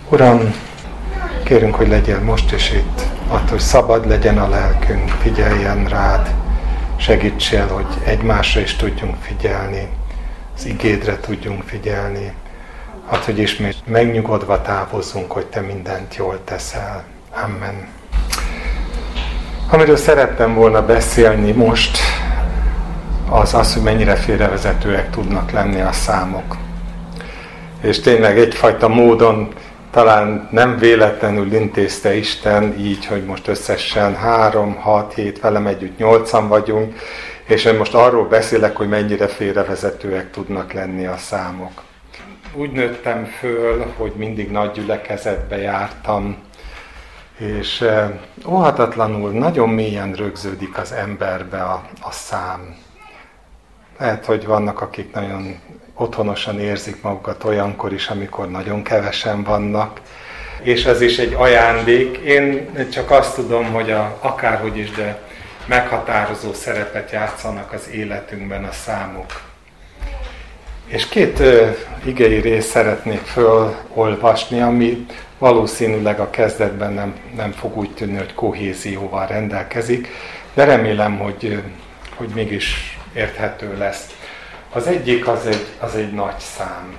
Uram, kérünk, hogy legyél most is itt, attól, hogy szabad legyen a lelkünk, figyeljen rád, segítsél, hogy egymásra is tudjunk figyelni, az igédre tudjunk figyelni, attól, hogy ismét megnyugodva távozzunk, hogy te mindent jól teszel. Amen. Amiről szerettem volna beszélni most, az, hogy mennyire félrevezetőek tudnak lenni a számok. És tényleg egyfajta módon talán nem véletlenül intézte Isten így, hogy most összesen 3, 6, 7, velem együtt 8-an vagyunk, és én most arról beszélek, hogy mennyire félrevezetőek tudnak lenni a számok. Úgy nőttem föl, hogy mindig nagy gyülekezetbe jártam, és óhatatlanul nagyon mélyen rögződik az emberbe a szám. Lehet, hogy vannak, akik nagyon otthonosan érzik magukat olyankor is, amikor nagyon kevesen vannak, és ez is egy ajándék. Én csak azt tudom, hogy akárhogy is, de meghatározó szerepet játszanak az életünkben a számok. És 2 igei részt szeretnék fölolvasni, ami valószínűleg a kezdetben nem fog úgy tűnni, hogy kohézióval rendelkezik, de remélem, hogy mégis érthető lesz. Az egyik az egy nagy szám.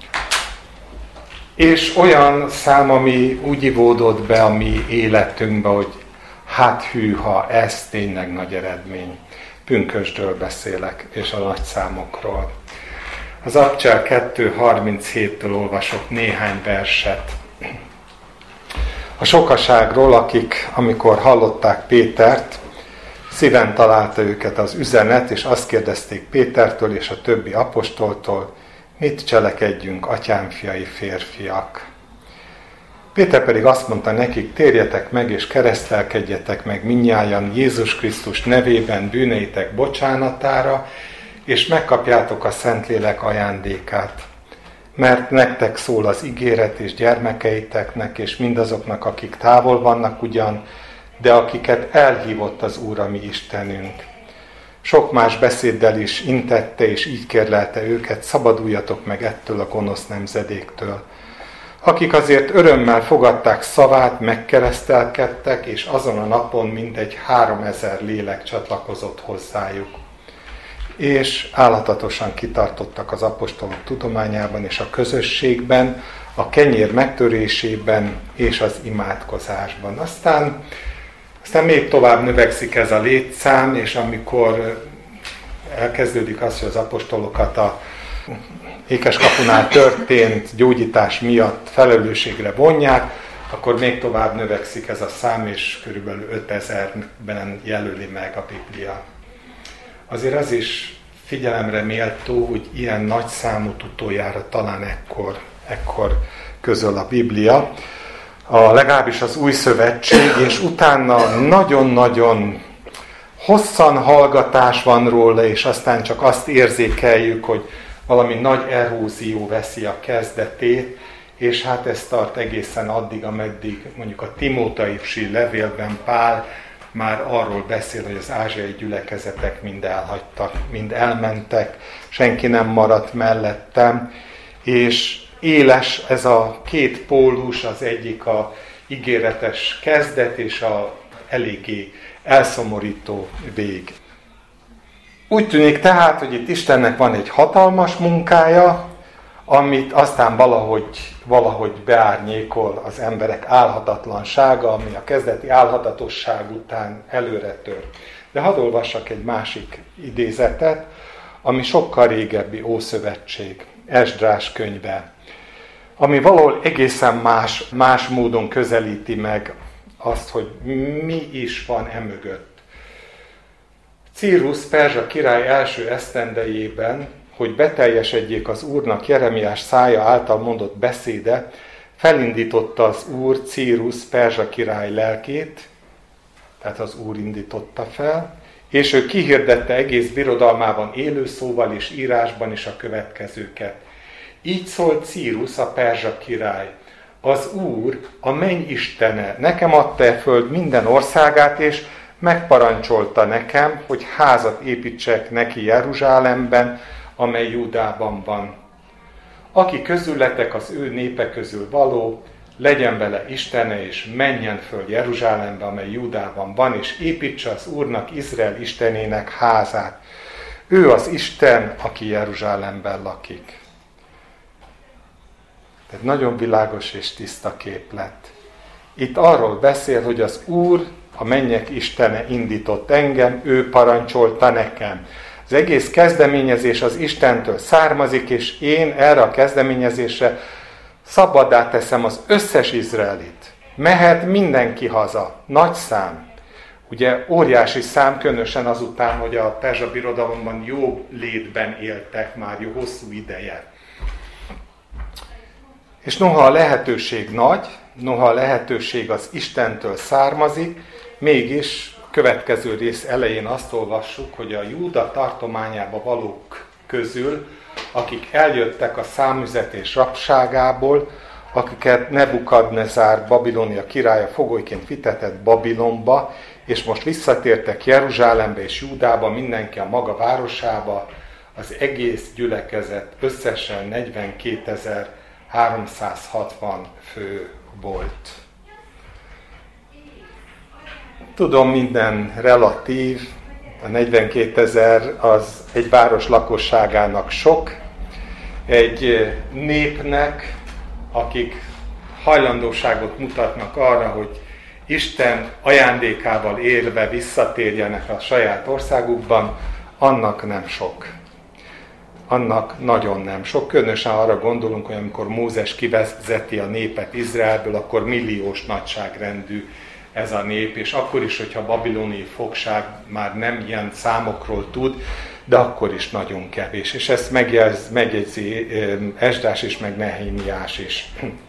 És olyan szám, ami úgy ivódott be a mi életünkbe, hogy hát hűha, ez tényleg nagy eredmény. Pünkösdről beszélek, és a nagy számokról. Az Abcsel 2.37-től olvasok néhány verset. A sokaságról, akik, amikor hallották Pétert, szíven találta őket az üzenet, és azt kérdezték Pétertől és a többi apostoltól, mit cselekedjünk, atyámfiai férfiak. Péter pedig azt mondta nekik, térjetek meg és keresztelkedjetek meg mindnyájan Jézus Krisztus nevében bűneitek bocsánatára, és megkapjátok a Szentlélek ajándékát. Mert nektek szól az ígéret és gyermekeiteknek, és mindazoknak, akik távol vannak ugyan, de akiket elhívott az Úr a mi Istenünk. Sok más beszéddel is intette, és így kérlelte őket, szabaduljatok meg ettől a gonosz nemzedéktől. Akik azért örömmel fogadták szavát, megkeresztelkedtek, és azon a napon mintegy 3000 lélek csatlakozott hozzájuk. És álhatatosan kitartottak az apostolok tudományában és a közösségben, a kenyér megtörésében és az imádkozásban. Aztán még tovább növekszik ez a létszám, és amikor elkezdődik az, hogy az apostolokat a Ékeskapunál történt gyógyítás miatt felelősségre vonják, akkor még tovább növekszik ez a szám, és körülbelül 5000-ben jelöli meg a Biblia. Azért az is figyelemre méltó, hogy ilyen nagy számot utoljára talán ekkor közöl a Biblia, legalábbis az Új Szövetség, és utána nagyon-nagyon hosszan hallgatás van róla, és aztán csak azt érzékeljük, hogy valami nagy erózió veszi a kezdetét, és hát ez tart egészen addig, ameddig mondjuk a Timóteuszi levélben Pál már arról beszél, hogy az ázsiai gyülekezetek mind elhagytak, mind elmentek, senki nem maradt mellettem, és éles ez a 2 pólus, az egyik a ígéretes kezdet, és a eléggé elszomorító vég. Úgy tűnik tehát, hogy itt Istennek van egy hatalmas munkája, amit aztán valahogy beárnyékol az emberek álhatatlansága, ami a kezdeti álhatatosság után előre tör. De hadd olvassak egy másik idézetet, ami sokkal régebbi Ószövetség, Esdrás könyve, ami valahol egészen más módon közelíti meg azt, hogy mi is van emögött. Círus perzsa király első esztendejében, hogy beteljesedjék az Úrnak Jeremiás szája által mondott beszéde, felindította az Úr Círus perzsa király lelkét, tehát az Úr indította fel, és ő kihirdette egész birodalmában élő szóval és írásban is a következőket. Így szólt Círus, a perzsa király: az Úr, a menny istene, nekem adta e föld minden országát, és megparancsolta nekem, hogy házat építsek neki Jeruzsálemben, amely Júdában van. Aki közületek az ő népe közül való, legyen vele Istene, és menjen föl Jeruzsálembe, amely Júdában van, és építse az Úrnak, Izrael Istenének házát. Ő az Isten, aki Jeruzsálemben lakik. Tehát nagyon világos és tiszta képlet. Itt arról beszél, hogy az Úr, a mennyek Istene indított engem, ő parancsolta nekem. Az egész kezdeményezés az Istentől származik, és én erre a kezdeményezésre szabaddá teszem az összes izraelit. Mehet mindenki haza. Nagy szám. Ugye óriási szám, különösen azután, hogy a Perzsa Birodalomban jó létben éltek már jó hosszú ideje. És noha a lehetőség nagy, noha a lehetőség az Istentől származik, mégis a következő rész elején azt olvassuk, hogy a Júda tartományába valók közül, akik eljöttek a számüzetés rabságából, akiket Nebukadnezár, Babilónia királya fogolyként vitetett Babilonba, és most visszatértek Jeruzsálembe és Júdába, mindenki a maga városába, az egész gyülekezet összesen 42.360 fő volt. Tudom, minden relatív, a 42.000 az egy város lakosságának sok, egy népnek, akik hajlandóságot mutatnak arra, hogy Isten ajándékával élve visszatérjenek a saját országukban, annak nem sok. Annak nagyon nem sok. Különösen arra gondolunk, hogy amikor Mózes kivezeti a népet Izraelből, akkor milliós nagyságrendű ez a nép, és akkor is, hogyha a babiloni fogság már nem ilyen számokról tud, de akkor is nagyon kevés. És ezt megjegyzi Esdrás is, meg Nehémiás is.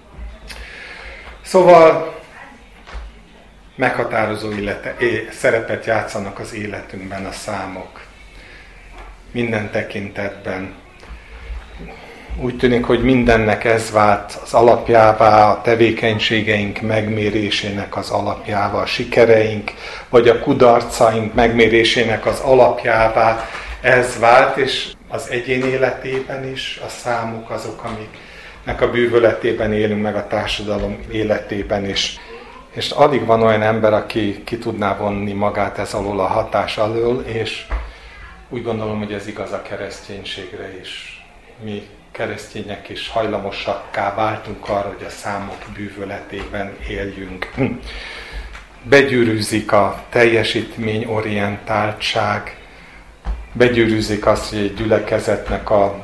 Szóval meghatározó szerepet játszanak az életünkben a számok. Minden tekintetben. Úgy tűnik, hogy mindennek ez vált az alapjává, a tevékenységeink megmérésének az alapjává, a sikereink, vagy a kudarcaink megmérésének az alapjává ez vált, és az egyén életében is a számok azok, amiknek a bűvöletében élünk, meg a társadalom életében is. És alig van olyan ember, aki ki tudná vonni magát ez alól a hatás alól, és úgy gondolom, hogy ez igaz a kereszténységre is. Mi keresztények is hajlamosakká váltunk arra, hogy a számok bűvöletében éljünk. Begyűrűzik a teljesítményorientáltság, begyűrűzik azt, hogy egy gyülekezetnek a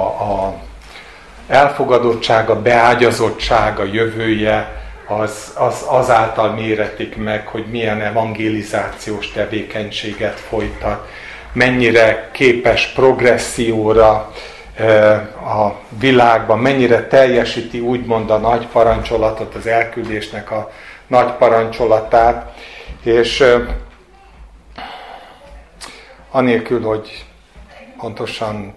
elfogadottsága, beágyazottsága, jövője, az azáltal méretik meg, hogy milyen evangelizációs tevékenységet folytat, mennyire képes progresszióra a világban, mennyire teljesíti úgymond a nagy parancsolatot, az elküldésnek a nagy parancsolatát, és anélkül, hogy pontosan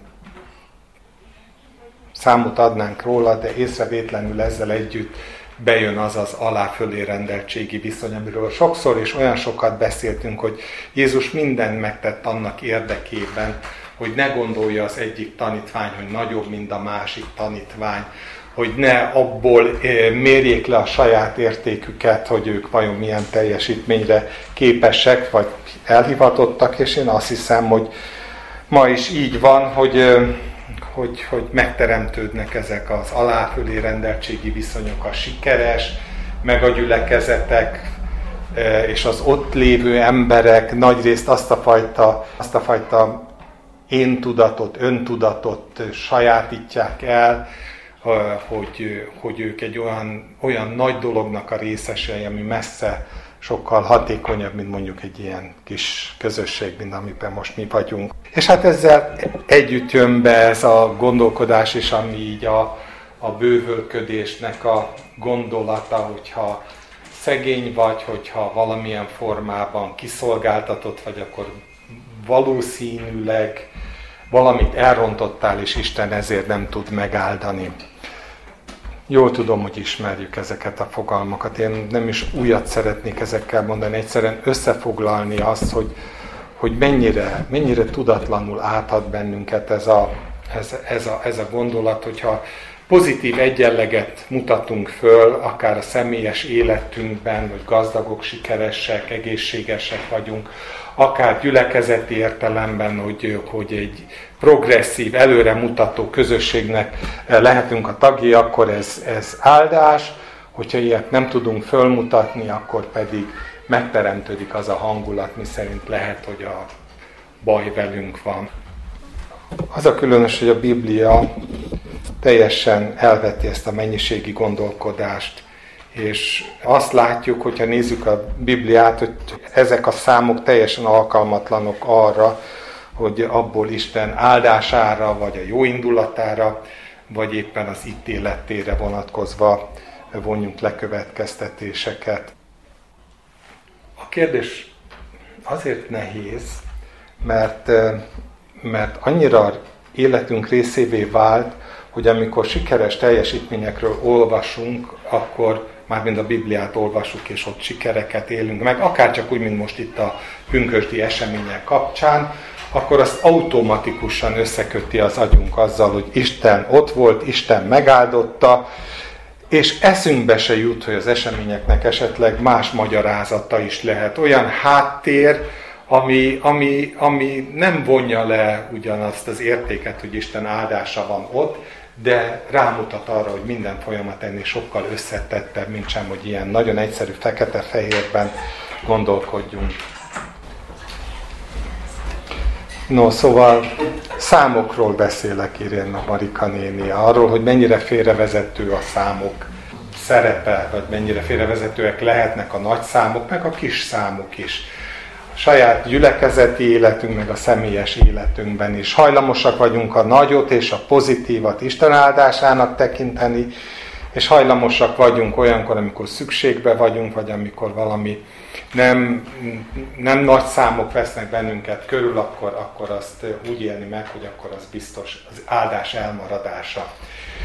számot adnánk róla, de észrevétlenül ezzel együtt bejön az az alá-fölé rendeltségi viszony, amiről sokszor és olyan sokat beszéltünk, hogy Jézus mindent megtett annak érdekében, hogy ne gondolja az egyik tanítvány, hogy nagyobb, mint a másik tanítvány, hogy ne abból mérjék le a saját értéküket, hogy ők vajon milyen teljesítményre képesek, vagy elhivatottak, és én azt hiszem, hogy ma is így van, hogy megteremtődnek ezek az alá-fölé rendeltségi viszonyok, a sikeres, meg a gyülekezetek, és az ott lévő emberek nagyrészt azt a fajta én-tudatot, öntudatot sajátítják el, hogy ők egy olyan nagy dolognak a részesei, ami messze sokkal hatékonyabb, mint mondjuk egy ilyen kis közösség, mint amiben most mi vagyunk. És hát ezzel együtt jön be ez a gondolkodás is, ami így a bővölködésnek a gondolata, hogyha szegény vagy, hogyha valamilyen formában kiszolgáltatott vagy, akkor valószínűleg valamit elrontottál, és Isten ezért nem tud megáldani. Jól tudom, hogy ismerjük ezeket a fogalmakat. Én nem is újat szeretnék ezekkel mondani, egyszerűen összefoglalni azt, hogy mennyire tudatlanul áthat bennünket ez a gondolat, hogyha pozitív egyenleget mutatunk föl, akár a személyes életünkben, hogy gazdagok, sikeresek, egészségesek vagyunk, akár gyülekezeti értelemben, hogy egy progresszív, előremutató közösségnek lehetünk a tagjai, akkor ez áldás, hogyha ilyet nem tudunk fölmutatni, akkor pedig megteremtődik az a hangulat, miszerint lehet, hogy a baj velünk van. Az a különös, hogy a Biblia teljesen elveti ezt a mennyiségi gondolkodást, és azt látjuk, hogyha nézzük a Bibliát, hogy ezek a számok teljesen alkalmatlanok arra, hogy abból Isten áldására, vagy a jó indulatára, vagy éppen az ítéletére vonatkozva vonjunk le következtetéseket. A kérdés azért nehéz, mert annyira életünk részévé vált, hogy amikor sikeres teljesítményekről olvasunk, akkor mármint a Bibliát olvassuk, és ott sikereket élünk meg, akárcsak úgy, mint most itt a pünkösdi események kapcsán, akkor azt automatikusan összeköti az agyunk azzal, hogy Isten ott volt, Isten megáldotta, és eszünkbe se jut, hogy az eseményeknek esetleg más magyarázata is lehet. Olyan háttér, ami nem vonja le ugyanazt az értéket, hogy Isten áldása van ott, de rámutat arra, hogy minden folyamat ennél sokkal összetettebb, mint sem, hogy ilyen nagyon egyszerű fekete-fehérben gondolkodjunk. No, szóval számokról beszélek, írja Marika néni, arról, hogy mennyire félrevezető a számok szerepe, vagy mennyire félrevezetőek lehetnek a nagy számok, meg a kis számok is. A saját gyülekezeti életünk, meg a személyes életünkben is. Hajlamosak vagyunk a nagyot és a pozitívat Isten áldásának tekinteni, és hajlamosak vagyunk olyankor, amikor szükségbe vagyunk, vagy amikor valami nem nagy számok vesznek bennünket körül, akkor azt úgy élni meg, hogy akkor az biztos az áldás elmaradása.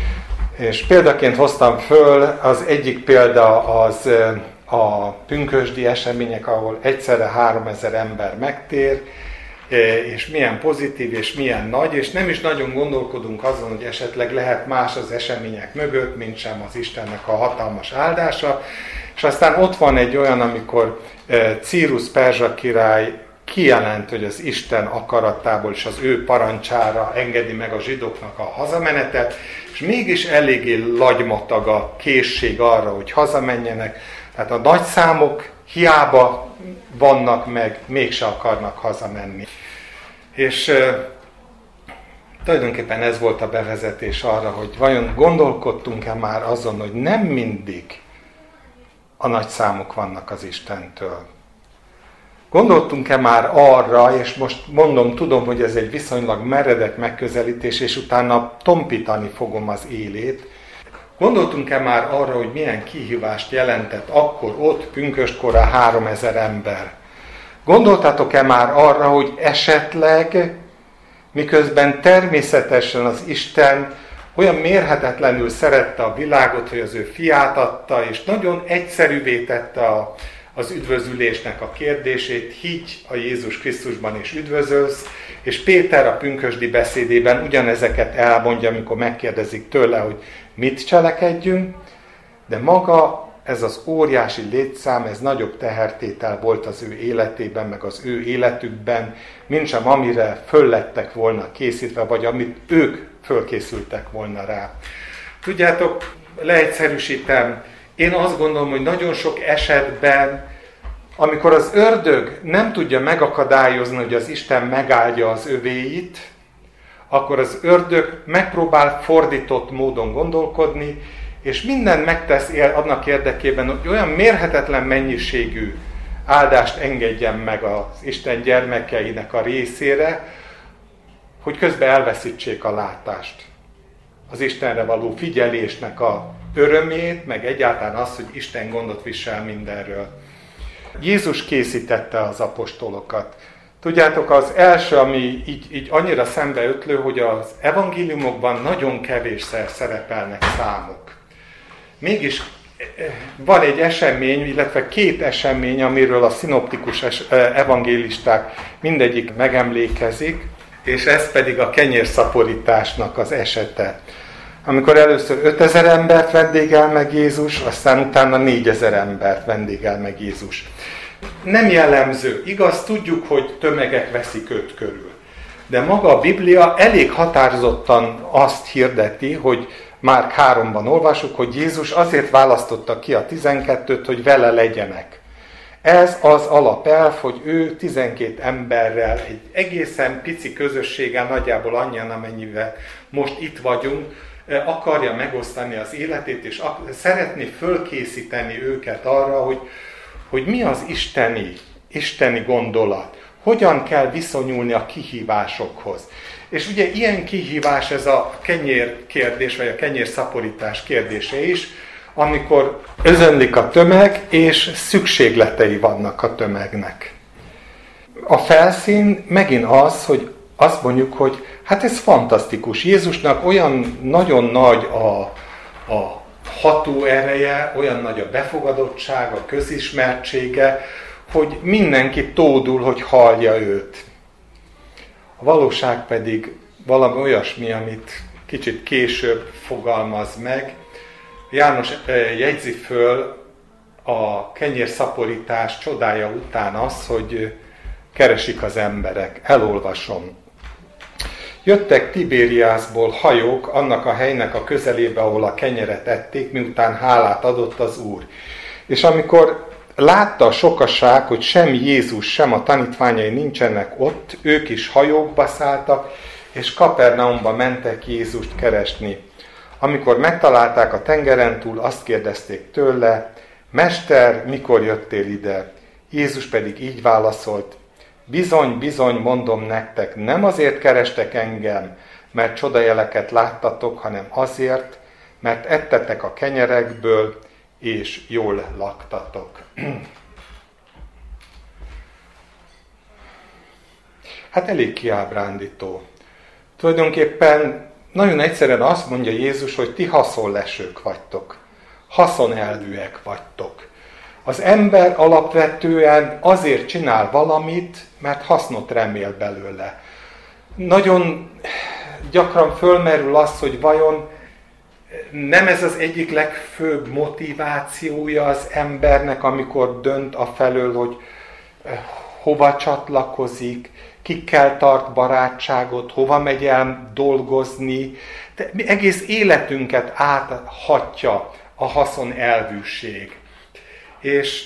És példaként hoztam föl, az egyik példa az a pünkösdi események, ahol egyszerre 3000 ember megtér, és milyen pozitív, és milyen nagy, és nem is nagyon gondolkodunk azon, hogy esetleg lehet más az események mögött, mint sem az Istennek a hatalmas áldása. És aztán ott van egy olyan, amikor Círus perzsa király kijelent, hogy az Isten akaratából és az ő parancsára engedi meg a zsidóknak a hazamenetet, és mégis eléggé lagymatag a készség arra, hogy hazamenjenek. Tehát a nagy számok hiába vannak meg, mégse akarnak hazamenni. És tulajdonképpen ez volt a bevezetés arra, hogy vajon gondolkodtunk-e már azon, hogy nem mindig a nagy számok vannak az Istentől. Gondoltunk-e már arra, és most mondom, tudom, hogy ez egy viszonylag meredek megközelítés, és utána tompítani fogom az élét. Gondoltunk-e már arra, hogy milyen kihívást jelentett akkor ott pünköstkora 3000 ember? Gondoltatok-e már arra, hogy esetleg, miközben természetesen az Isten olyan mérhetetlenül szerette a világot, hogy az ő fiát adta, és nagyon egyszerűvé tette az üdvözülésnek a kérdését, higgy a Jézus Krisztusban és üdvözölsz, és Péter a pünkösdi beszédében ugyanezeket elmondja, amikor megkérdezik tőle, hogy mit cselekedjünk, de maga ez az óriási létszám, ez nagyobb tehertétel volt az ő életében, meg az ő életükben, mintsem amire föl lettek volna készítve, vagy amit ők fölkészültek volna rá. Tudjátok, leegyszerűsítem, én azt gondolom, hogy nagyon sok esetben, amikor az ördög nem tudja megakadályozni, hogy az Isten megáldja az övéit, akkor az ördög megpróbál fordított módon gondolkodni, és mindent megtesz annak érdekében, hogy olyan mérhetetlen mennyiségű áldást engedjen meg az Isten gyermekeinek a részére, hogy közben elveszítsék a látást. Az Istenre való figyelésnek a örömét, meg egyáltalán az, hogy Isten gondot visel mindenről. Jézus készítette az apostolokat. Tudjátok, az első, ami így annyira szembeötlő, hogy az evangéliumokban nagyon kevésszer szerepelnek számok. Mégis van egy esemény, illetve két esemény, amiről a szinoptikus evangélisták mindegyik megemlékezik, és ez pedig a kenyérszaporításnak az esete. amikor először 5000 embert vendégel meg Jézus, aztán utána 4000 embert vendégel meg Jézus. Nem jellemző. Igaz, tudjuk, hogy tömegek veszik őt körül. De maga a Biblia elég határozottan azt hirdeti, hogy Márk 3-ban olvasjuk, hogy Jézus azért választotta ki a 12-t, hogy vele legyenek. Ez az alapelv, hogy ő 12 emberrel, egy egészen pici közösséggel, nagyjából annyian, amennyivel most itt vagyunk, akarja megosztani az életét, és szeretné fölkészíteni őket arra, hogy mi az isteni gondolat, hogyan kell viszonyulni a kihívásokhoz. És ugye ilyen kihívás ez a kenyér kérdés, vagy a kenyérszaporítás kérdése is, amikor özönlik a tömeg, és szükségletei vannak a tömegnek. A felszín megint az, hogy azt mondjuk, hogy hát ez fantasztikus. Jézusnak olyan nagyon nagy a hatóereje, olyan nagy a befogadottság, a közismertsége, hogy mindenki tódul, hogy hallja őt. A valóság pedig valami olyasmi, amit kicsit később fogalmaz meg. János jegyzi föl a kenyérszaporítás csodája után az, hogy keresik az emberek. Elolvasom. Jöttek Tibériászból hajók annak a helynek a közelébe, ahol a kenyeret ették, miután hálát adott az Úr. És amikor látta a sokaság, hogy sem Jézus, sem a tanítványai nincsenek ott, ők is hajókba szálltak, és Kapernaumba mentek Jézust keresni. Amikor megtalálták a tengeren túl, azt kérdezték tőle, Mester, mikor jöttél ide? Jézus pedig így válaszolt, bizony, bizony, mondom nektek, nem azért kerestek engem, mert csodajeleket láttatok, hanem azért, mert ettetek a kenyerekből, és jól laktatok. Hát elég kiábrándító. Tulajdonképpen nagyon egyszerűen azt mondja Jézus, hogy ti haszonlesők vagytok. Haszonelvűek vagytok. Az ember alapvetően azért csinál valamit, mert hasznot remél belőle. Nagyon gyakran fölmerül az, hogy vajon nem ez az egyik legfőbb motivációja az embernek, amikor dönt afelől, hogy hova csatlakozik, kikkel tart barátságot, hova megy el dolgozni. De egész életünket áthatja a haszonelvűség. És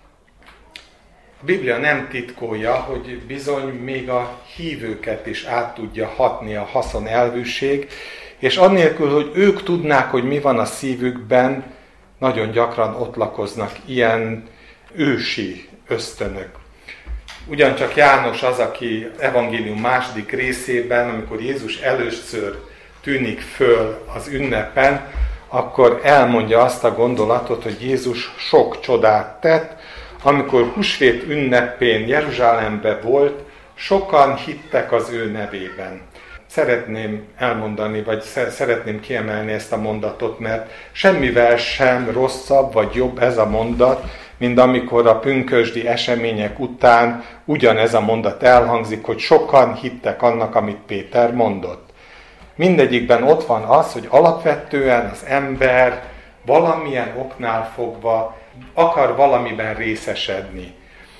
a Biblia nem titkolja, hogy bizony még a hívőket is át tudja hatni a haszonelvűség, és annélkül, hogy ők tudnák, hogy mi van a szívükben, nagyon gyakran ott lakoznak ilyen ősi ösztönök. Ugyancsak János az, aki evangélium második részében, amikor Jézus először tűnik föl az ünnepen, akkor elmondja azt a gondolatot, hogy Jézus sok csodát tett. Amikor húsvét ünnepén Jeruzsálemben volt, sokan hittek az ő nevében. Szeretném elmondani, vagy szeretném kiemelni ezt a mondatot, mert semmivel sem rosszabb vagy jobb ez a mondat, mint amikor a pünkösdi események után ugyanez a mondat elhangzik, hogy sokan hittek annak, amit Péter mondott. Mindegyikben ott van az, hogy alapvetően az ember valamilyen oknál fogva akar valamiben részesedni.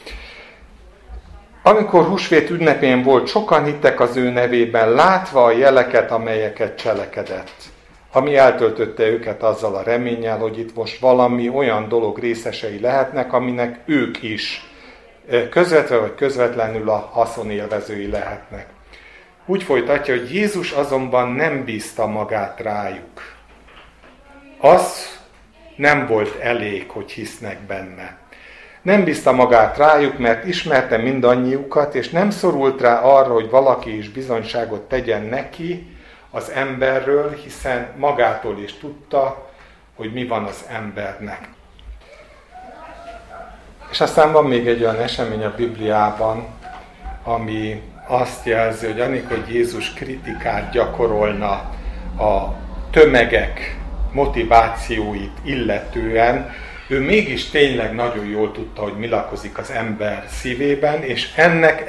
Amikor húsvét ünnepén volt, sokan hittek az ő nevében, látva a jeleket, amelyeket cselekedett. Ami eltöltötte őket azzal a reménnyel, hogy itt most valami olyan dolog részesei lehetnek, aminek ők is közvetve vagy közvetlenül a haszonélvezői lehetnek. Úgy folytatja, hogy Jézus azonban nem bízta magát rájuk. Az nem volt elég, hogy hisznek benne. Nem bízta magát rájuk, mert ismerte mindannyiukat, és nem szorult rá arra, hogy valaki is bizonyságot tegyen neki az emberről, hiszen magától is tudta, hogy mi van az embernek. És aztán van még egy olyan esemény a Bibliában, ami azt jelzi, hogy amikor Jézus kritikát gyakorolna a tömegek motivációit illetően, ő mégis tényleg nagyon jól tudta, hogy mi lakozik az ember szívében, és ennek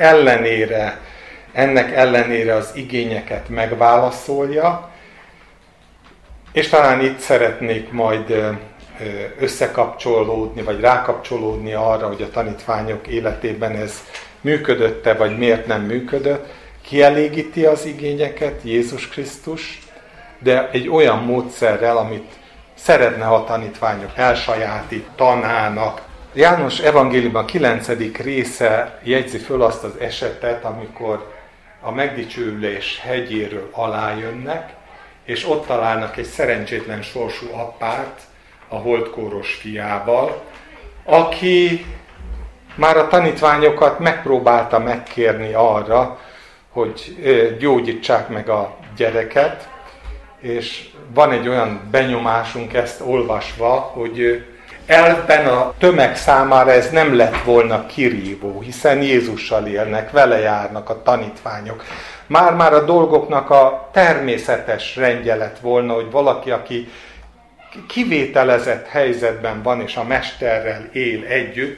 ellenére az igényeket megválaszolja, És talán itt szeretnék majd összekapcsolódni, vagy rákapcsolódni arra, hogy a tanítványok életében ez működött-e, vagy miért nem működött. Kielégíti az igényeket Jézus Krisztus, de egy olyan módszerrel, amit szeretne, ha a tanítványok elsajátítanának. János evangéliumban 9. része jegyzi föl azt az esetet, amikor a megdicsőülés hegyéről alájönnek, és ott találnak egy szerencsétlen sorsú apát a holdkóros fiával, aki már a tanítványokat megpróbálta megkérni arra, hogy gyógyítsák meg a gyereket, és van egy olyan benyomásunk ezt olvasva, hogy elvben a tömeg számára ez nem lett volna kirívó, hiszen Jézussal élnek, vele járnak a tanítványok. Már a dolgoknak a természetes rendje lett volna, hogy valaki, aki kivételezett helyzetben van, és a mesterrel él együtt,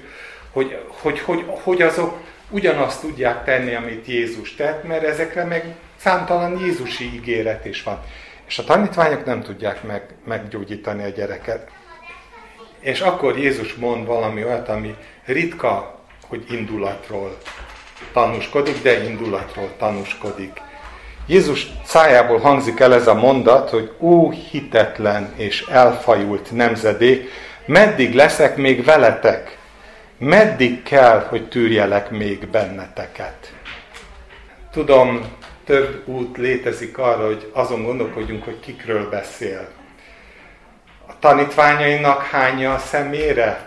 hogy azok ugyanazt tudják tenni, amit Jézus tett, mert ezekre meg számtalan jézusi ígéret is van. És a tanítványok nem tudják meggyógyítani a gyereket. És akkor Jézus mond valami olyat, ami ritka, hogy indulatról tanúskodik, de indulatról tanúskodik. Jézus szájából hangzik el ez a mondat, hogy ó hitetlen és elfajult nemzedék, meddig leszek még veletek? Meddig kell, hogy tűrjelek még benneteket? Tudom, több út létezik arra, hogy azon gondolkodjunk, hogy kikről beszél. A tanítványainak hányja a szemére?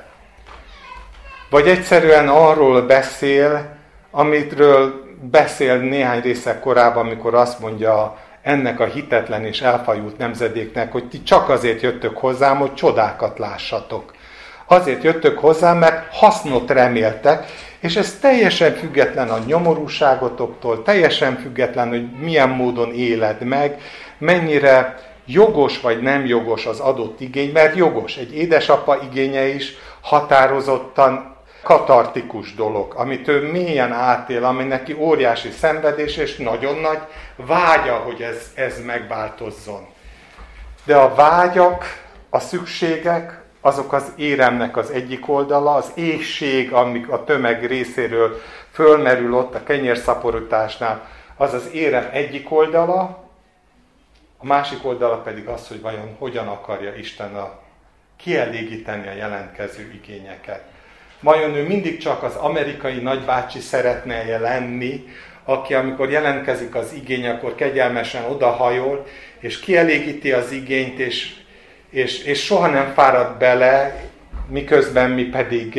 Vagy egyszerűen arról beszél, amitről beszél néhány része korábban, amikor azt mondja ennek a hitetlen és elfajult nemzedéknek, hogy ti csak azért jöttök hozzám, hogy csodákat lássatok. Azért jöttök hozzám, mert hasznot reméltek, és ez teljesen független a nyomorúságotoktól, teljesen független, hogy milyen módon éled meg, mennyire jogos vagy nem jogos az adott igény, mert jogos. Egy édesapa igénye is határozottan katartikus dolog, amit ő mélyen átél, ami neki óriási szenvedés, és nagyon nagy vágya, hogy ez megváltozzon. De a vágyak, a szükségek, azok az éremnek az egyik oldala, az éhség, amik a tömeg részéről fölmerül ott a kenyérszaporításnál, az az érem egyik oldala, a másik oldala pedig az, hogy vajon hogyan akarja Isten kielégíteni a jelentkező igényeket. Vajon ő mindig csak az amerikai nagybácsi szeretne lenni, aki amikor jelentkezik az igény, akkor kegyelmesen odahajol, és kielégíti az igényt, és soha nem fárad bele, miközben mi pedig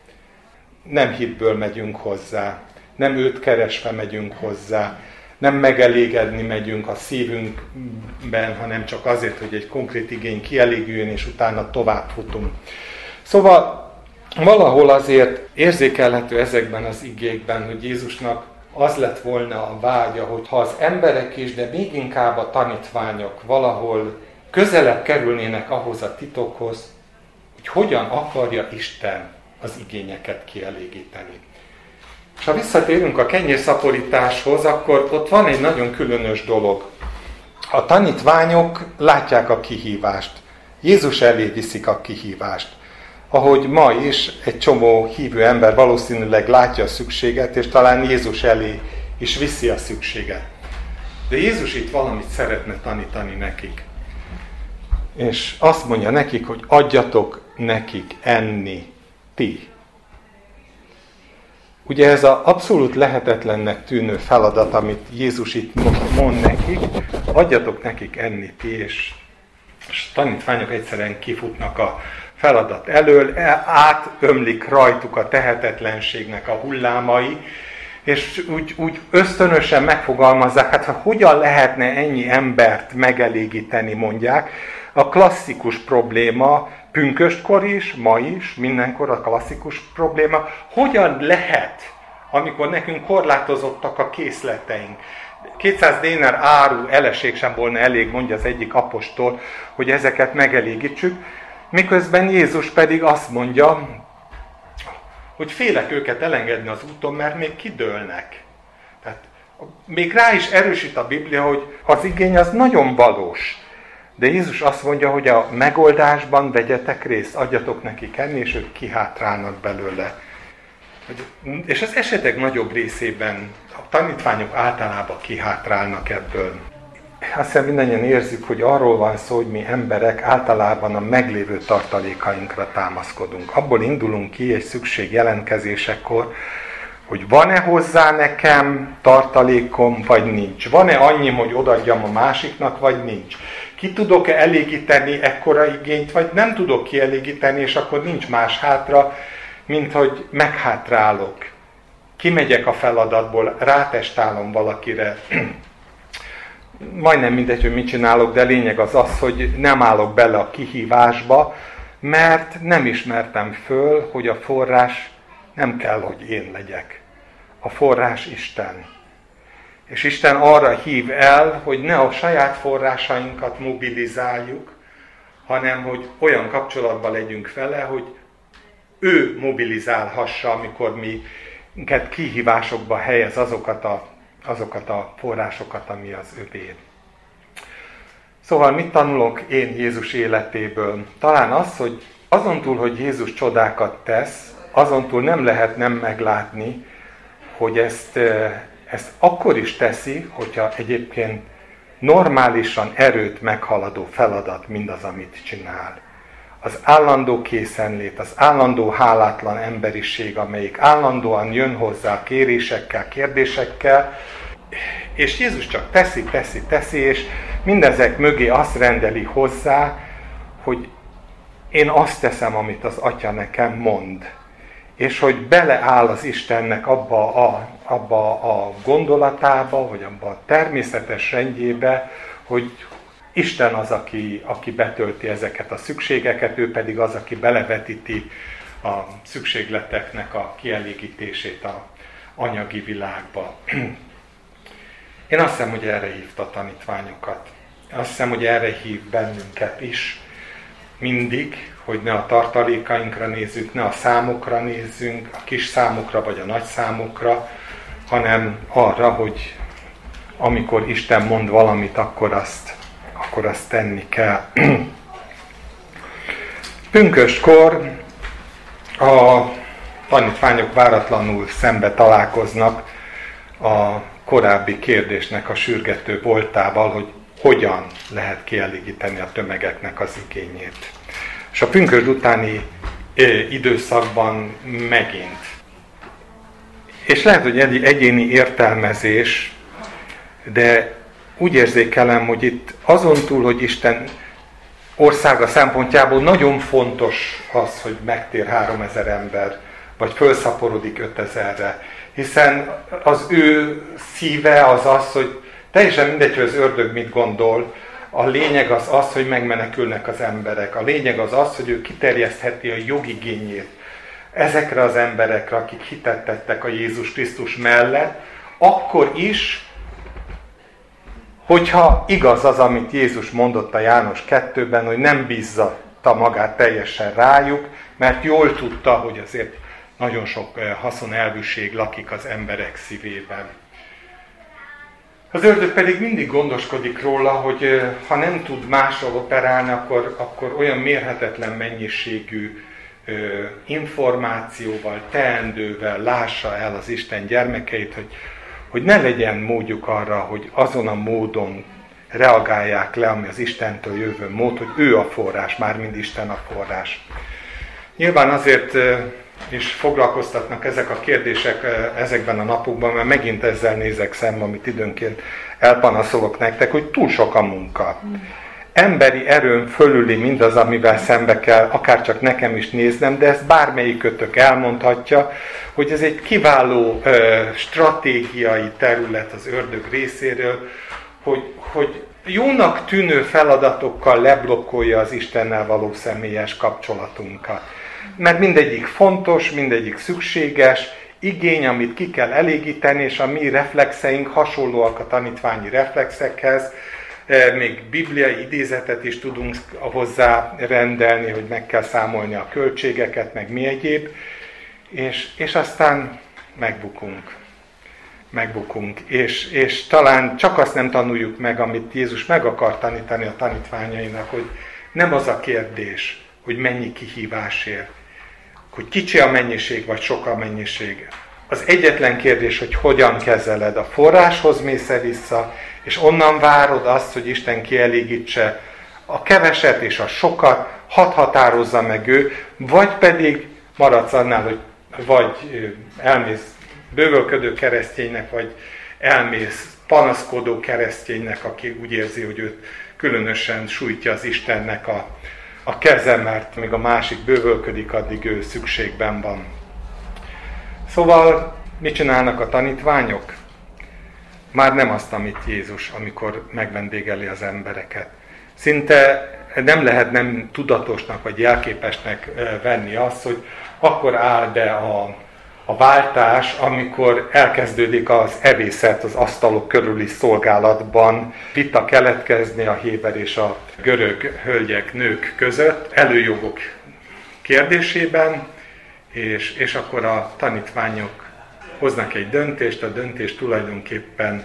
nem hitből megyünk hozzá, nem őt keresve megyünk hozzá, nem megelégedni megyünk a szívünkben, hanem csak azért, hogy egy konkrét igény kielégüljön, és utána tovább futunk. Szóval valahol azért érzékelhető ezekben az igékben, hogy Jézusnak az lett volna a vágya, hogy ha az emberek is, de még inkább a tanítványok valahol közelebb kerülnének ahhoz a titokhoz, hogy hogyan akarja Isten az igényeket kielégíteni. És ha visszatérünk a kenyérszaporításhoz, akkor ott van egy nagyon különös dolog. A tanítványok látják a kihívást. Jézus elé viszik a kihívást. Ahogy ma is egy csomó hívő ember valószínűleg látja a szükséget, és talán Jézus elé is viszi a szükséget. De Jézus itt valamit szeretne tanítani nekik. És azt mondja nekik, hogy adjatok nekik enni ti. Ugye ez az abszolút lehetetlennek tűnő feladat, amit Jézus itt mond nekik, adjatok nekik enni ti, és a tanítványok egyszerűen kifutnak a feladat elől, átömlik rajtuk a tehetetlenségnek a hullámai, és úgy ösztönösen megfogalmazzák, hát hogyan lehetne ennyi embert megelégíteni, mondják. A klasszikus probléma, pünköstkor is, ma is, mindenkor a klasszikus probléma, hogyan lehet, amikor nekünk korlátozottak a készleteink. 200 dénár áru eleség sem volna elég, mondja az egyik apostol, hogy ezeket megelégítsük, miközben Jézus pedig azt mondja, hogy félek őket elengedni az úton, mert még kidőlnek. Tehát még rá is erősít a Biblia, hogy az igény az nagyon valós. De Jézus azt mondja, hogy a megoldásban vegyetek részt, adjatok nekik enni, és ők kihátrálnak belőle. És az esetek nagyobb részében a tanítványok általában kihátrálnak ebből. Azt hiszem mindannyian érzük, hogy arról van szó, hogy mi emberek általában a meglévő tartalékainkra támaszkodunk. Abból indulunk ki egy szükség jelentkezésekor, hogy van-e hozzá nekem tartalékom, vagy nincs. Van-e annyi, hogy odaadjam a másiknak, vagy nincs. Ki tudok-e elégíteni ekkora igényt, vagy nem tudok kielégíteni, és akkor nincs más hátra, mint hogy meghátrálok. Kimegyek a feladatból, rátestálom valakire. Majdnem mindegy, hogy mit csinálok, de lényeg az, hogy nem állok bele a kihívásba, mert nem ismertem föl, hogy a forrás nem kell, hogy én legyek. A forrás Isten. És Isten arra hív el, hogy ne a saját forrásainkat mobilizáljuk, hanem hogy olyan kapcsolatban legyünk vele, hogy ő mobilizálhassa, amikor minket kihívásokba helyez azokat a forrásokat, ami az övé. Szóval mit tanulok én Jézus életéből? Talán az, hogy azon túl, hogy Jézus csodákat tesz, azon túl nem lehet nem meglátni, hogy ezt akkor is teszi, hogyha egyébként normálisan erőt meghaladó feladat mindaz, amit csinál. Az állandó készenlét, az állandó hálátlan emberiség, amelyik állandóan jön hozzá kérésekkel, kérdésekkel, és Jézus csak teszi, és mindezek mögé azt rendeli hozzá, hogy én azt teszem, amit az Atya nekem mond. És hogy beleáll az Istennek abba a gondolatába, vagy abba a természetes rendjébe, hogy Isten az, aki betölti ezeket a szükségeket, ő pedig az, aki belevetíti a szükségleteknek a kielégítését az anyagi világba. Én azt hiszem, hogy erre hívta a tanítványokat. Azt hiszem, hogy erre hív bennünket is. Mindig, hogy ne a tartalékainkra nézzük, ne a számokra nézzünk, a kis számokra vagy a nagy számokra, hanem arra, hogy amikor Isten mond valamit, akkor azt tenni kell. Pünköstkor a tanítványok váratlanul szembe találkoznak a korábbi kérdésnek a sürgető voltával, hogy hogyan lehet kielégíteni a tömegeknek az igényét. És a pünkösd utáni időszakban megint. És lehet, hogy egyéni értelmezés, de úgy érzékelem, hogy itt azon túl, hogy Isten országa szempontjából nagyon fontos az, hogy megtér 3000 ember, vagy fölszaporodik 5000-re. Hiszen az ő szíve az, hogy teljesen mindegy, hogy az ördög mit gondol, a lényeg az, hogy megmenekülnek az emberek. A lényeg az, hogy ő kiterjesztheti a jogigényét ezekre az emberekre, akik hitet tettek a Jézus Krisztus mellett, akkor is, hogyha igaz az, amit Jézus mondott a János 2-ben, hogy nem bízzatta magát teljesen rájuk, mert jól tudta, hogy azért nagyon sok haszonelvűség lakik az emberek szívében. Az ördög pedig mindig gondoskodik róla, hogy ha nem tud máshol operálni, akkor olyan mérhetetlen mennyiségű információval, teendővel lássa el az Isten gyermekeit, hogy ne legyen módjuk arra, hogy azon a módon reagálják le, ami az Istentől jövő mód, hogy ő a forrás, mármint Isten a forrás. Nyilván azért is foglalkoztatnak ezek a kérdések ezekben a napokban, mert megint ezzel nézek szembe, amit időnként elpanaszolok nektek, hogy túl sok a munka. Emberi erőn fölüli mindaz, amivel szembe kell, akár csak nekem is néznem, de ezt bármelyikötök elmondhatja, hogy ez egy kiváló stratégiai terület az ördög részéről, hogy jónak tűnő feladatokkal leblokkolja az Istennel való személyes kapcsolatunkat. Mert mindegyik fontos, mindegyik szükséges, igény, amit ki kell elégíteni, és a mi reflexeink hasonlóak a tanítványi reflexekhez. Még bibliai idézetet is tudunk hozzá rendelni, hogy meg kell számolni a költségeket, meg mi egyéb, és aztán megbukunk. megbukunk. És talán csak azt nem tanuljuk meg, amit Jézus meg akar tanítani a tanítványainak, hogy nem az a kérdés, hogy mennyi kihívás ér, hogy kicsi a mennyiség, vagy sok a mennyiség. Az egyetlen kérdés, hogy hogyan kezeled. A forráshoz mész vissza, és onnan várod azt, hogy Isten kielégítse a keveset és a sokat, hadd határozza meg ő, vagy pedig maradsz annál, hogy vagy elmész bővölködő kereszténynek, vagy elmész panaszkodó kereszténynek, aki úgy érzi, hogy őt különösen sújtja az Istennek a keze, mert még a másik bővölködik, addig ő szükségben van. Szóval mit csinálnak a tanítványok? Már nem azt, amit Jézus, amikor megvendégeli az embereket. Szinte nem lehet nem tudatosnak vagy jelképesnek venni azt, hogy akkor áll be a váltás, amikor elkezdődik az evészet az asztalok körüli szolgálatban, vita keletkezni a héber és a görög hölgyek, nők között, előjogok kérdésében, és akkor a tanítványok hoznak egy döntést, a döntés tulajdonképpen,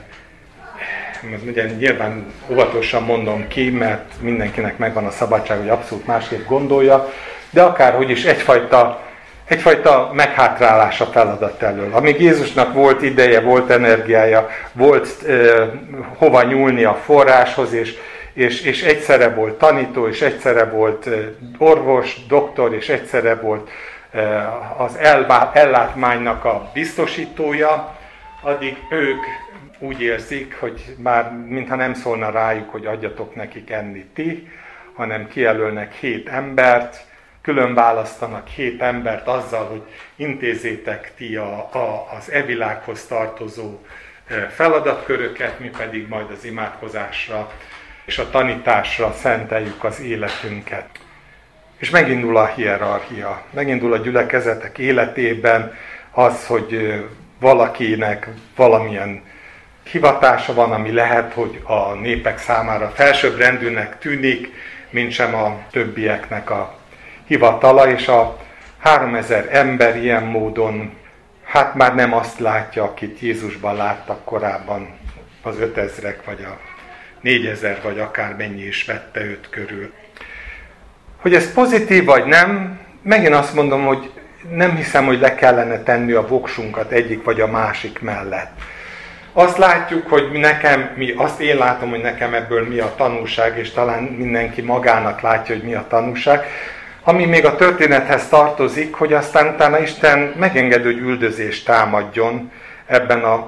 ugye nyilván óvatosan mondom ki, mert mindenkinek megvan a szabadság, hogy abszolút másképp gondolja, de akárhogy is egyfajta meghátrálás a feladat elől. Amíg Jézusnak volt ideje, volt energiája, volt hova nyúlni a forráshoz, és egyszerre volt tanító, és egyszerre volt orvos, doktor, és egyszerre volt az ellátmánynak a biztosítója, addig ők úgy érzik, hogy már mintha nem szólna rájuk, hogy adjatok nekik enni ti, hanem kijelölnek 7 embert, külön választanak 7 embert azzal, hogy intézzétek ti az evilághoz tartozó feladatköröket, mi pedig majd az imádkozásra és a tanításra szenteljük az életünket. És megindul a hierarchia, megindul a gyülekezetek életében az, hogy valakinek valamilyen hivatása van, ami lehet, hogy a népek számára felsőbbrendűnek tűnik, mintsem a többieknek a hivatala, és a 3000 ember ilyen módon hát már nem azt látja, akit Jézusban láttak korábban, az 5000-ek, vagy a 4000, vagy akár mennyi is vette őt körül. Hogy ez pozitív vagy nem, megint azt mondom, hogy nem hiszem, hogy le kellene tenni a voksunkat egyik vagy a másik mellett. Azt látjuk, hogy azt én látom, hogy nekem ebből mi a tanulság, és talán mindenki magának látja, hogy mi a tanulság. Ami még a történethez tartozik, hogy aztán utána Isten megengedő, hogy üldözést támadjon ebben a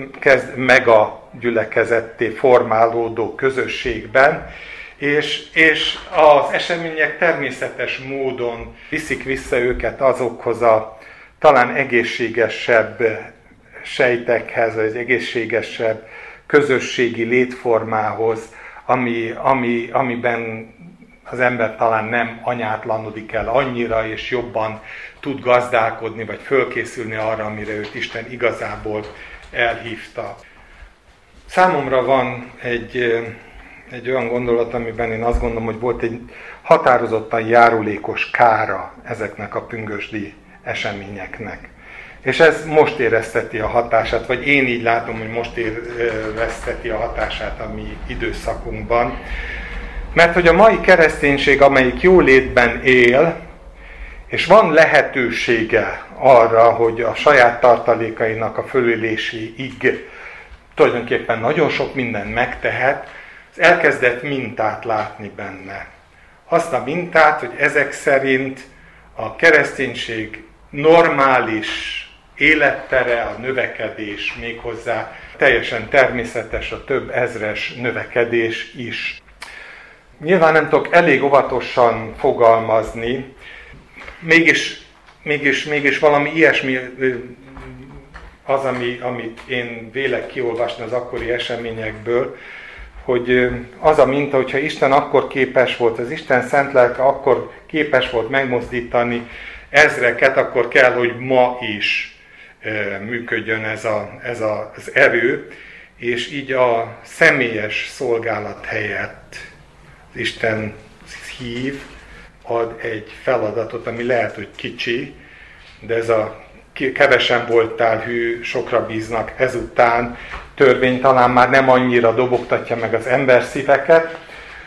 mega gyülekezetté formálódó közösségben, és az események természetes módon viszik vissza őket azokhoz a talán egészségesebb sejtekhez, vagy egészségesebb közösségi létformához, amiben az ember talán nem anyátlanodik el annyira, és jobban tud gazdálkodni, vagy fölkészülni arra, amire őt Isten igazából elhívta. Számomra van egy olyan gondolat, amiben én azt gondolom, hogy volt egy határozottan járulékos kára ezeknek a pünkösdi eseményeknek. És ez most érezteti a hatását, vagy én így látom, hogy most érezteti a hatását a mi időszakunkban. Mert hogy a mai kereszténység, amelyik jólétben él, és van lehetősége arra, hogy a saját tartalékainak a fölüléséig tulajdonképpen nagyon sok mindent megtehet, az elkezdett mintát látni benne. Azt a mintát, hogy ezek szerint a kereszténység normális élettere, a növekedés méghozzá teljesen természetes, a több ezres növekedés is. Nyilván nem tudok elég óvatosan fogalmazni, mégis valami ilyesmi az, amit én vélek kiolvasni az akkori eseményekből, hogy az a minta, hogyha Isten akkor képes volt, az Isten szent lelke akkor képes volt megmozdítani ezreket, akkor kell, hogy ma is működjön ez az erő, és így a személyes szolgálat helyett Isten hív, ad egy feladatot, ami lehet, hogy kicsi, de ez a kevesen voltál hű, sokra bíznak ezután, törvény talán már nem annyira dobogtatja meg az ember szíveket,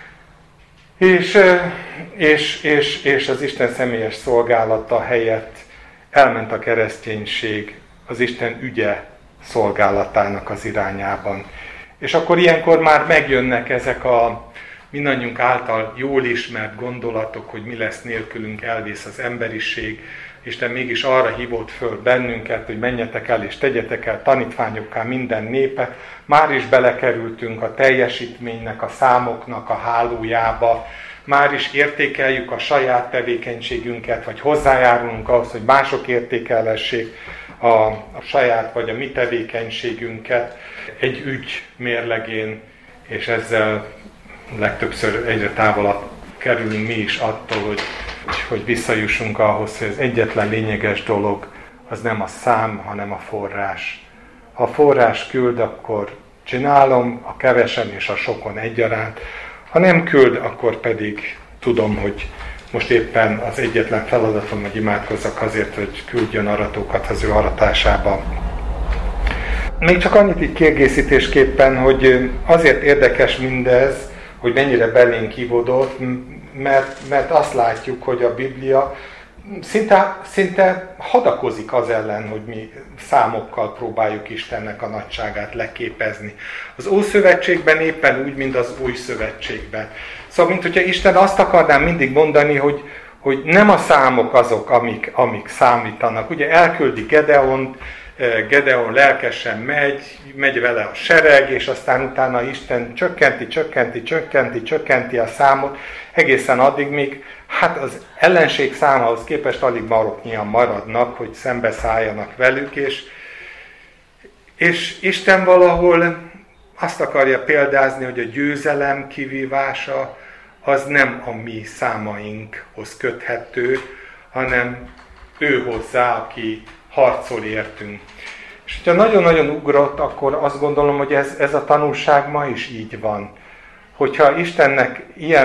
és az Isten személyes szolgálata helyett elment a kereszténység az Isten ügye szolgálatának az irányában. És akkor ilyenkor már megjönnek ezek a mindannyiunk által jól ismert gondolatok, hogy mi lesz nélkülünk, elvész az emberiség. Isten mégis arra hívott föl bennünket, hogy menjetek el és tegyetek el tanítványokká minden népet. Már is belekerültünk a teljesítménynek, a számoknak a hálójába. Már is értékeljük a saját tevékenységünket, vagy hozzájárulunk ahhoz, hogy mások értékelhessék a saját vagy a mi tevékenységünket egy ügy mérlegén, és ezzel legtöbbször egyre távolabb kerülünk mi is attól, hogy visszajussunk ahhoz, hogy az egyetlen lényeges dolog az nem a szám, hanem a forrás. Ha a forrás küld, akkor csinálom, a kevesen és a sokon egyaránt. Ha nem küld, akkor pedig tudom, hogy most éppen az egyetlen feladatom, hogy imádkozzak azért, hogy küldjön aratókat az ő aratásába. Még csak annyit így kiegészítésképpen, hogy azért érdekes mindez, hogy mennyire belénk ivódott, mert azt látjuk, hogy a Biblia szinte hadakozik az ellen, hogy mi számokkal próbáljuk Istennek a nagyságát leképezni. Az Ószövetségben éppen úgy, mint az Új Szövetségben. Szóval, mint hogyha Isten azt akarná mindig mondani, hogy nem a számok azok, amik számítanak. Ugye elküldi Gedeont, Gedeon lelkesen megy vele a sereg, és aztán utána Isten csökkenti a számot, egészen addig, míg az ellenség számához képest alig maroknyian maradnak, hogy szembeszálljanak velük, és Isten valahol azt akarja példázni, hogy a győzelem kivívása az nem a mi számainkhoz köthető, hanem ő hozzá, aki harcol értünk. És ha nagyon-nagyon ugrott, akkor azt gondolom, hogy ez a tanulság ma is így van. Hogyha Istennek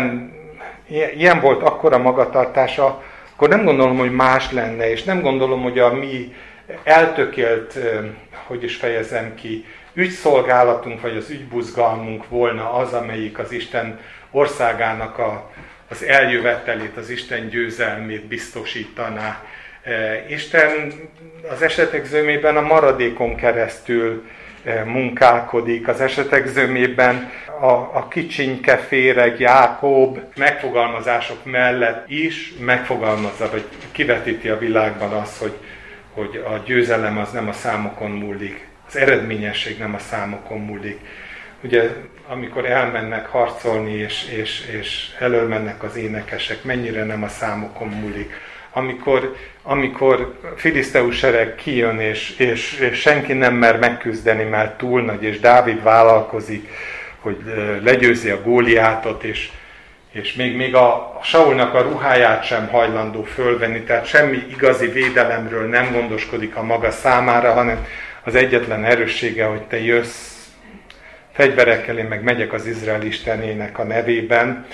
ilyen volt akkora magatartása, akkor nem gondolom, hogy más lenne, és nem gondolom, hogy a mi eltökélt, hogy is fejezem ki, ügyszolgálatunk, vagy az ügybuzgalmunk volna az, amelyik az Isten országának az eljövetelét, az Isten győzelmét biztosítaná. Isten az esetek zömében a maradékon keresztül munkálkodik, az esetek zömében a kicsinke féreg Jákob megfogalmazások mellett is megfogalmazza, vagy kivetíti a világban azt, hogy a győzelem az nem a számokon múlik, az eredményesség nem a számokon múlik. Ugye, amikor elmennek harcolni, és elölmennek az énekesek, mennyire nem a számokon múlik. Amikor filiszteus sereg kijön, és senki nem mer megküzdeni, mert túl nagy, és Dávid vállalkozik, hogy legyőzi a Góliátot, és még a Saulnak a ruháját sem hajlandó fölvenni, tehát semmi igazi védelemről nem gondoskodik a maga számára, hanem az egyetlen erőssége, hogy te jössz fegyverekkel, én meg megyek az Izrael Istenének a nevében.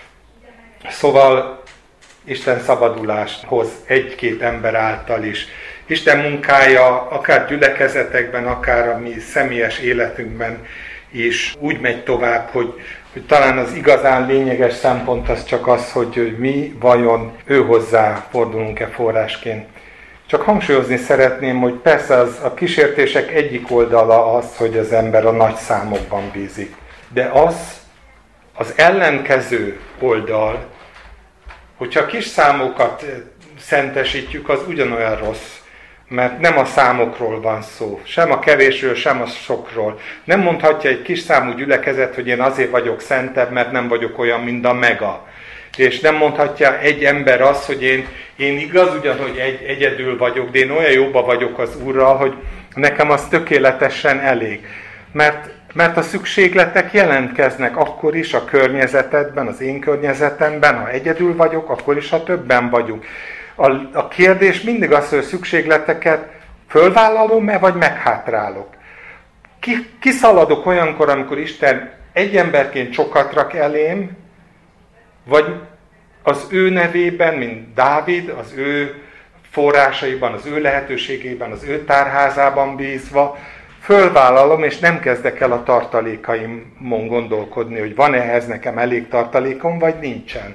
Szóval Isten szabadulást hoz egy-két ember által is. Isten munkája akár gyülekezetekben, akár a mi személyes életünkben is úgy megy tovább, hogy talán az igazán lényeges szempont az csak az, hogy mi vajon őhozzá fordulunk-e forrásként. Csak hangsúlyozni szeretném, hogy persze a kísértések egyik oldala az, hogy az ember a nagy számokban bízik. De az ellenkező oldal, hogyha a kis számokat szentesítjük, az ugyanolyan rossz. Mert nem a számokról van szó, sem a kevésről, sem a sokról. Nem mondhatja egy kis számú gyülekezet, hogy én azért vagyok szentebb, mert nem vagyok olyan, mint a mega. És nem mondhatja egy ember azt, hogy én igaz ugyan, hogy egyedül vagyok, de én olyan jóba vagyok az Úrral, hogy nekem az tökéletesen elég. Mert a szükségletek jelentkeznek akkor is a környezetedben, az én környezetemben, ha egyedül vagyok, akkor is, ha többen vagyunk. A kérdés mindig az, hogy a szükségleteket fölvállalom-e, vagy meghátrálok. Kiszaladok olyankor, amikor Isten egy emberként sokat rak elém, vagy az ő nevében, mint Dávid, az ő forrásaiban, az ő lehetőségében, az ő tárházában bízva, fölvállalom, és nem kezdek el a tartalékaimon gondolkodni, hogy van ehhez nekem elég tartalékom, vagy nincsen.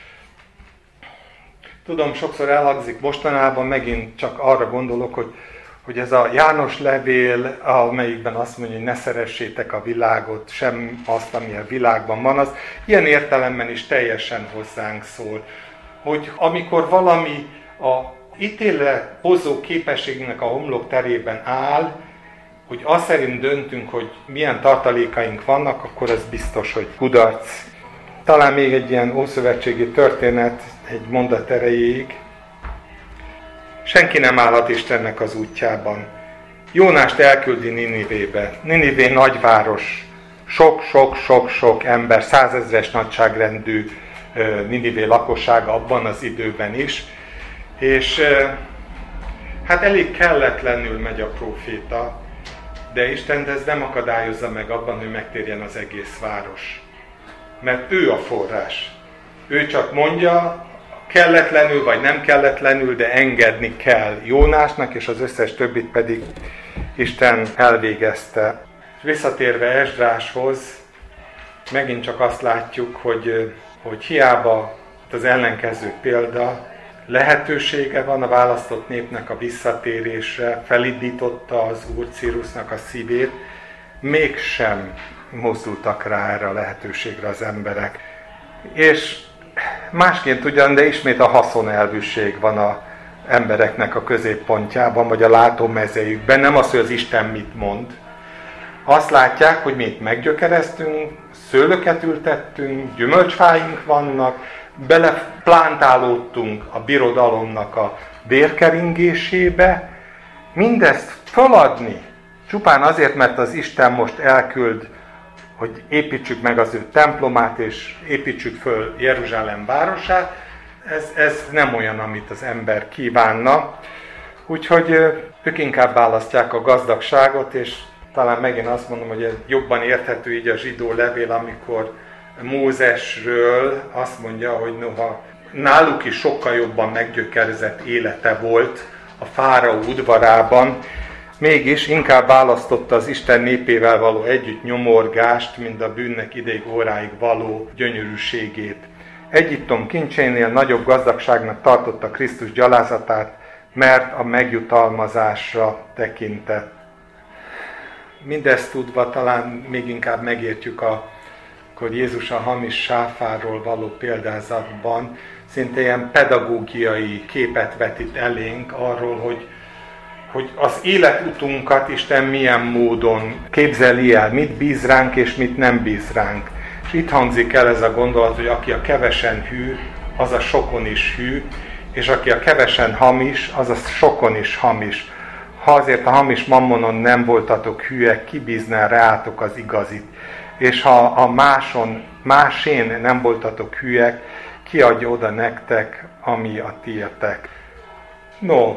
Tudom, sokszor elhangzik mostanában, megint csak arra gondolok, hogy ez a János levél, amelyikben azt mondja, hogy ne szeressétek a világot, sem azt, ami a világban van, az ilyen értelemben is teljesen hozzánk szól. Hogy amikor valami a ítélethozó képességnek a homlok terében áll, hogy azt szerint döntünk, hogy milyen tartalékaink vannak, akkor ez biztos, hogy kudarc. Talán még egy ilyen ószövetségi történet, egy mondat erejéig. Senki nem állhat Istennek az útjában. Jónást elküldi Ninivébe. Ninivé nagyváros. Sok ember, 100 000-es nagyságrendű Ninivé lakossága abban az időben is. És hát elég kelletlenül megy a próféta, de Isten ez nem akadályozza meg abban, hogy megtérjen az egész város. Mert ő a forrás. Ő csak mondja, kelletlenül vagy nem kelletlenül, de engedni kell Jónásnak, és az összes többit pedig Isten elvégezte. Visszatérve Esdráshoz, megint csak azt látjuk, hogy hiába az ellenkező példa, lehetősége van a választott népnek a visszatérésre, felindította az Úr Círusnak a szívét, mégsem mozdultak rá erre a lehetőségre az emberek. És másként ugyan, de ismét a haszonelvűség van az embereknek a középpontjában, vagy a látómezejükben, nem az, hogy az Isten mit mond. Azt látják, hogy mi itt meggyökereztünk, szőlőket ültettünk, gyümölcsfáink vannak, beleplántálódtunk a birodalomnak a vérkeringésébe, mindezt feladni, csupán azért, mert az Isten most elküld, hogy építsük meg az ő templomát, és építsük föl Jeruzsálem városát, ez nem olyan, amit az ember kívánna. Úgyhogy ők inkább választják a gazdagságot, és talán megint azt mondom, hogy ez jobban érthető így a zsidó levél, amikor Mózesről azt mondja, hogy noha náluk is sokkal jobban meggyökerezett élete volt a fáraó udvarában, mégis inkább választotta az Isten népével való együtt nyomorgást, mint a bűnnek ideig óráig való gyönyörűségét. Egyiptom kincsénél nagyobb gazdagságnak tartotta Krisztus gyalázatát, mert a megjutalmazásra tekintett. Mindezt tudva talán még inkább megértjük, akkor Jézus a hamis sáfárról való példázatban szinte ilyen pedagógiai képet vetít elénk arról, hogy az életutunkat Isten milyen módon képzeli el, mit bíz ránk és mit nem bíz ránk. És itt hangzik el ez a gondolat, hogy aki a kevesen hű, az a sokon is hű, és aki a kevesen hamis, az a sokon is hamis. Ha azért a hamis mammonon nem voltatok hűek, kibízná rátok az igazit. És ha a másén nem voltatok hűek, ki adja oda nektek, ami a tietek. No,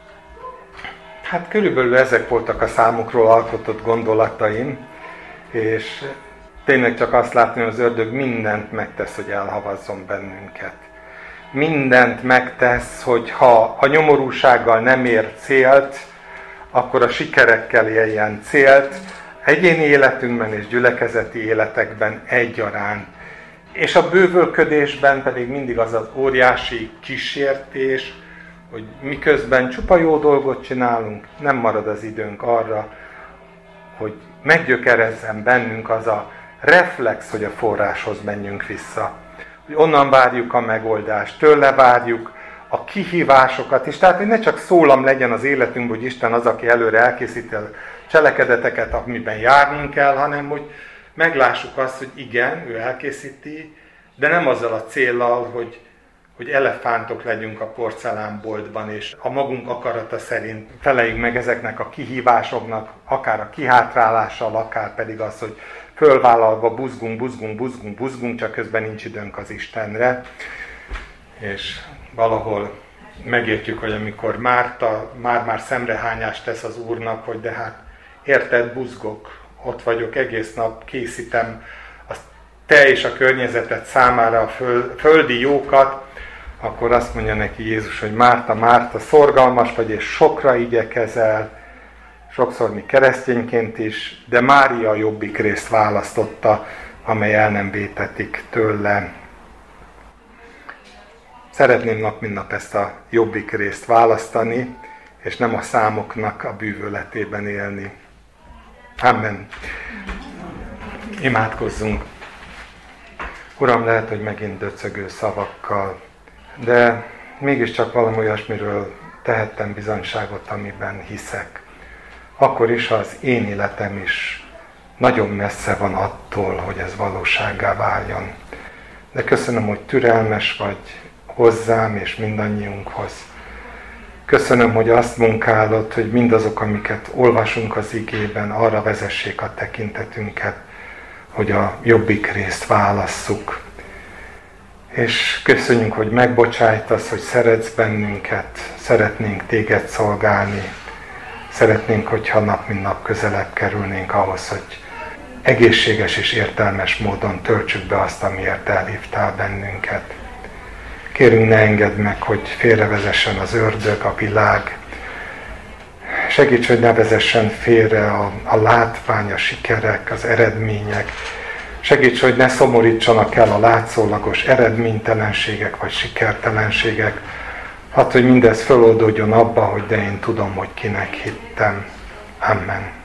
hát körülbelül ezek voltak a számukról alkotott gondolataim, és tényleg csak azt látni, hogy az ördög mindent megtesz, hogy elhavazzon bennünket. Mindent megtesz, hogy ha a nyomorúsággal nem ér célt, akkor a sikerekkel éljen célt, egyéni életünkben és gyülekezeti életekben egyaránt. És a bővölködésben pedig mindig az az óriási kísértés, hogy miközben csupa jó dolgot csinálunk, nem marad az időnk arra, hogy meggyökerezzen bennünk az a reflex, hogy a forráshoz menjünk vissza. Hogy onnan várjuk a megoldást, tőle várjuk a kihívásokat is. Tehát, hogy ne csak szólam legyen az életünkben, hogy Isten az, aki előre elkészíti a cselekedeteket, amiben járnunk kell, hanem hogy meglássuk azt, hogy igen, ő elkészíti, de nem azzal a céllal, hogy elefántok legyünk a porcelánboltban, és a magunk akarata szerint feleljünk meg ezeknek a kihívásoknak, akár a kihátrálással, akár pedig az, hogy fölvállalva buzgunk, csak közben nincs időnk az Istenre. És valahol megértjük, hogy amikor Márta már szemrehányást tesz az Úrnak, hogy de hát érted, buzgok, ott vagyok egész nap, készítem a te és a környezetet számára a földi jókat, akkor azt mondja neki Jézus, hogy Márta, Márta, szorgalmas vagy, és sokra igyekezel, sokszor mi keresztényként is, de Mária a jobbik részt választotta, amely el nem vétetik tőle. Szeretném nap mint nap ezt a jobbik részt választani, és nem a számoknak a bűvöletében élni. Amen. Imádkozzunk. Uram, lehet, hogy megint döcögő szavakkal, de mégiscsak valami olyasmiről tehettem bizonyságot, amiben hiszek. Akkor is, ha az én életem is nagyon messze van attól, hogy ez valósággá váljon. De köszönöm, hogy türelmes vagy hozzám és mindannyiunkhoz. Köszönöm, hogy azt munkálod, hogy mindazok, amiket olvasunk az igében, arra vezessék a tekintetünket, hogy a jobbik részt válasszuk. És köszönjük, hogy megbocsájtasz, hogy szeretsz bennünket, szeretnénk téged szolgálni. Szeretnénk, hogyha nap mint nap közelebb kerülnénk ahhoz, hogy egészséges és értelmes módon töltsük be azt, amiért elhívtál bennünket. Kérünk, ne engedd meg, hogy félrevezessen az ördög, a világ. Segíts, hogy ne vezessen félre a látvány, a sikerek, az eredmények. Segíts, hogy ne szomorítsanak el a látszólagos eredménytelenségek vagy sikertelenségek. Hát, hogy mindez feloldódjon abba, hogy de én tudom, hogy kinek hittem. Amen.